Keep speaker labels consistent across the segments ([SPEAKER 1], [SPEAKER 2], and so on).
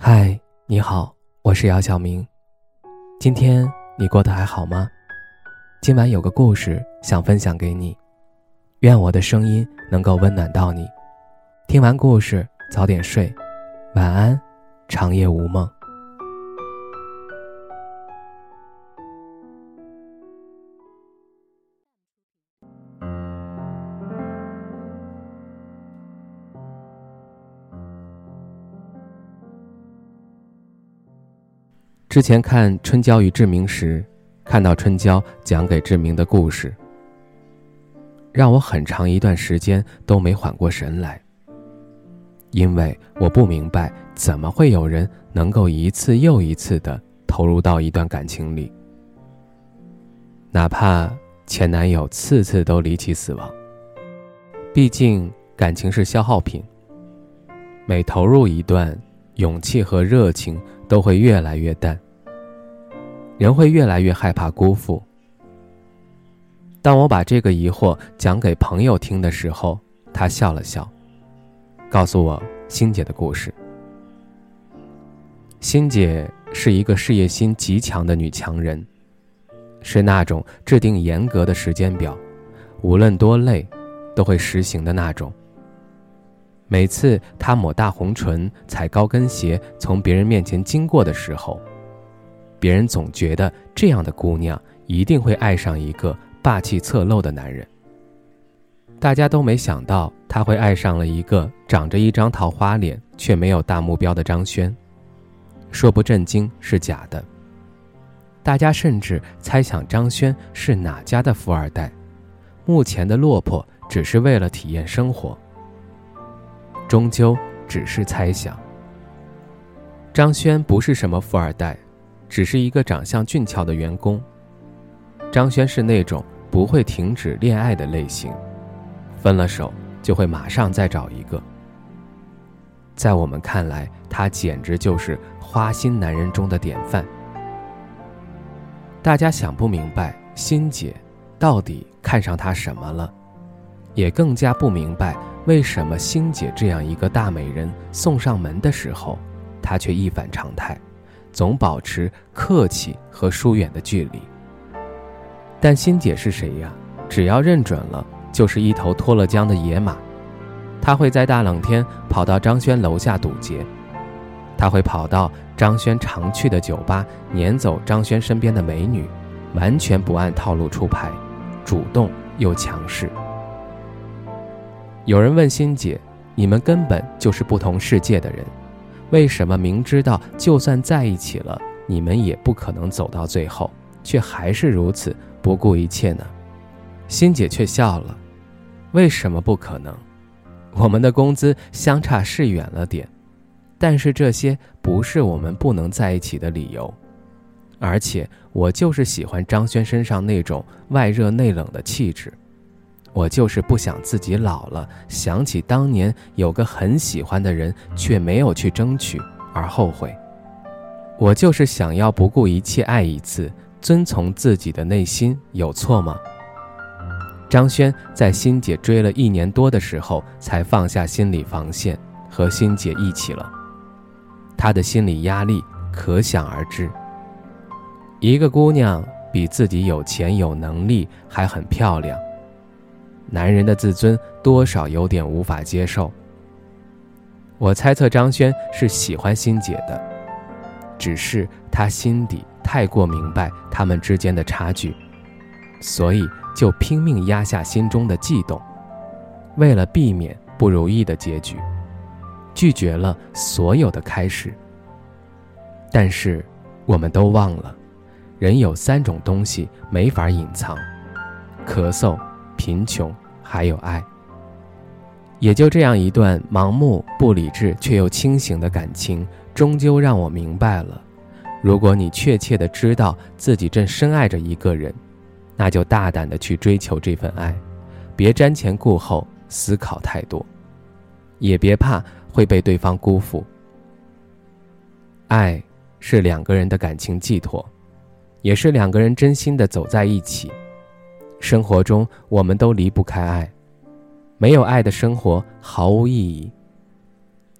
[SPEAKER 1] 嗨，你好，我是姚晓明。今天你过得还好吗？今晚有个故事想分享给你，愿我的声音能够温暖到你。听完故事早点睡，晚安，长夜无梦。之前看《春娇与志明》时，看到春娇讲给志明的故事，让我很长一段时间都没缓过神来。因为我不明白，怎么会有人能够一次又一次地投入到一段感情里，哪怕前男友次次都离奇死亡。毕竟感情是消耗品，每投入一段，勇气和热情都会越来越淡，人会越来越害怕辜负。当我把这个疑惑讲给朋友听的时候，他笑了笑，告诉我欣姐的故事。欣姐是一个事业心极强的女强人，是那种制定严格的时间表，无论多累都会实行的那种。每次她抹大红唇，踩高跟鞋从别人面前经过的时候，别人总觉得这样的姑娘一定会爱上一个霸气侧漏的男人。大家都没想到她会爱上了一个长着一张桃花脸却没有大目标的张轩。说不震惊是假的，大家甚至猜想张轩是哪家的富二代，目前的落魄只是为了体验生活。终究只是猜想。张轩不是什么富二代，只是一个长相俊俏的员工。张轩是那种不会停止恋爱的类型，分了手就会马上再找一个。在我们看来，他简直就是花心男人中的典范。大家想不明白欣姐到底看上他什么了，也更加不明白为什么欣姐这样一个大美人送上门的时候，她却一反常态，总保持客气和疏远的距离。但欣姐是谁呀？只要认准了，就是一头脱了缰的野马。她会在大冷天跑到张轩楼下堵截，她会跑到张轩常去的酒吧撵走张轩身边的美女，完全不按套路出牌，主动又强势。有人问欣姐，你们根本就是不同世界的人，为什么明知道就算在一起了，你们也不可能走到最后，却还是如此不顾一切呢？欣姐却笑了，为什么不可能？我们的工资相差是远了点，但是这些不是我们不能在一起的理由。而且我就是喜欢张轩身上那种外热内冷的气质，我就是不想自己老了，想起当年有个很喜欢的人却没有去争取而后悔。我就是想要不顾一切爱一次，遵从自己的内心，有错吗？张轩在欣姐追了1年多的时候才放下心理防线，和欣姐一起了。他的心理压力可想而知。一个姑娘比自己有钱有能力还很漂亮，男人的自尊多少有点无法接受。我猜测张轩是喜欢欣姐的，只是他心底太过明白他们之间的差距，所以就拼命压下心中的悸动，为了避免不如意的结局，拒绝了所有的开始。但是我们都忘了，人有3种东西没法隐藏：咳嗽、贫穷还有爱。也就这样一段盲目不理智却又清醒的感情，终究让我明白了，如果你确切地知道自己正深爱着一个人，那就大胆地去追求这份爱，别瞻前顾后，思考太多，也别怕会被对方辜负。爱是2个人的感情寄托，也是2个人真心地走在一起。生活中我们都离不开爱，没有爱的生活毫无意义。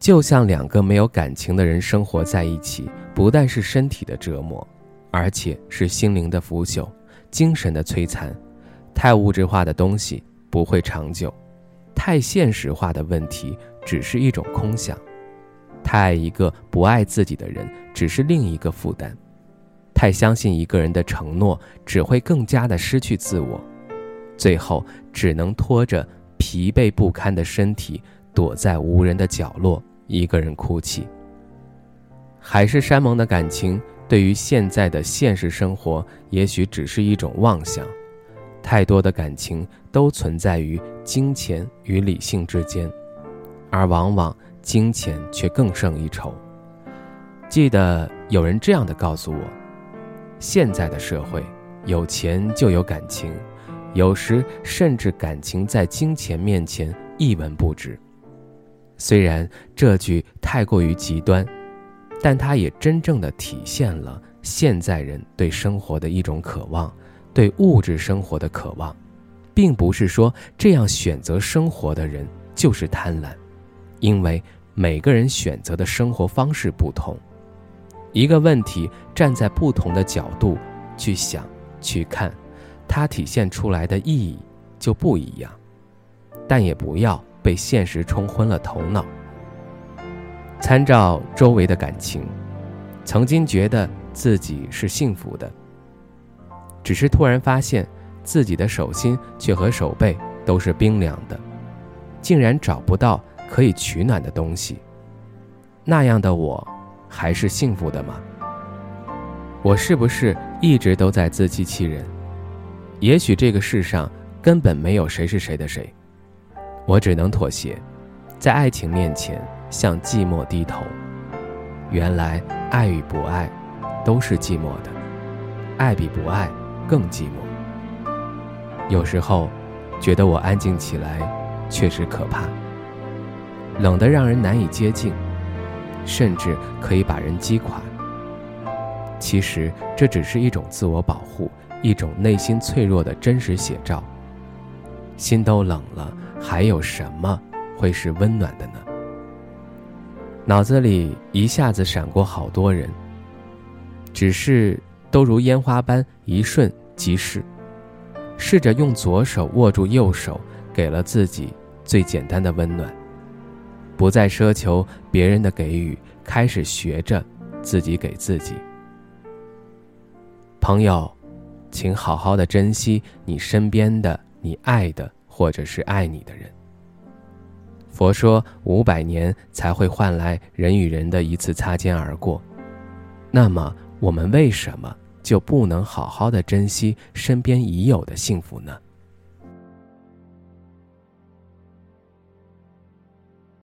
[SPEAKER 1] 就像两个没有感情的人生活在一起，不但是身体的折磨，而且是心灵的腐朽，精神的摧残。太物质化的东西不会长久，太现实化的问题只是一种空想。太爱一个不爱自己的人，只是另一个负担。太相信一个人的承诺，只会更加的失去自我，最后只能拖着疲惫不堪的身体，躲在无人的角落，一个人哭泣。海誓山盟的感情，对于现在的现实生活，也许只是一种妄想。太多的感情都存在于金钱与理性之间，而往往金钱却更胜一筹。记得有人这样的告诉我，现在的社会，有钱就有感情，有时甚至感情在金钱面前一文不值。虽然这句太过于极端，但它也真正地体现了现在人对生活的一种渴望，对物质生活的渴望，并不是说这样选择生活的人就是贪婪，因为每个人选择的生活方式不同，一个问题站在不同的角度去想去看，它体现出来的意义就不一样。但也不要被现实冲昏了头脑。参照周围的感情，曾经觉得自己是幸福的，只是突然发现自己的手心却和手背都是冰凉的，竟然找不到可以取暖的东西。那样的我还是幸福的吗？我是不是一直都在自欺欺人？也许这个世上根本没有谁是谁的谁，我只能妥协，在爱情面前向寂寞低头。原来爱与不爱都是寂寞的，爱比不爱更寂寞。有时候觉得我安静起来确实可怕，冷得让人难以接近，甚至可以把人击垮。其实这只是一种自我保护，一种内心脆弱的真实写照。心都冷了，还有什么会是温暖的呢？脑子里一下子闪过好多人，只是都如烟花般一瞬即逝。试着用左手握住右手，给了自己最简单的温暖，不再奢求别人的给予，开始学着自己给自己。朋友，请好好的珍惜你身边的你爱的或者是爱你的人。佛说500年才会换来人与人的一次擦肩而过，那么我们为什么就不能好好的珍惜身边已有的幸福呢？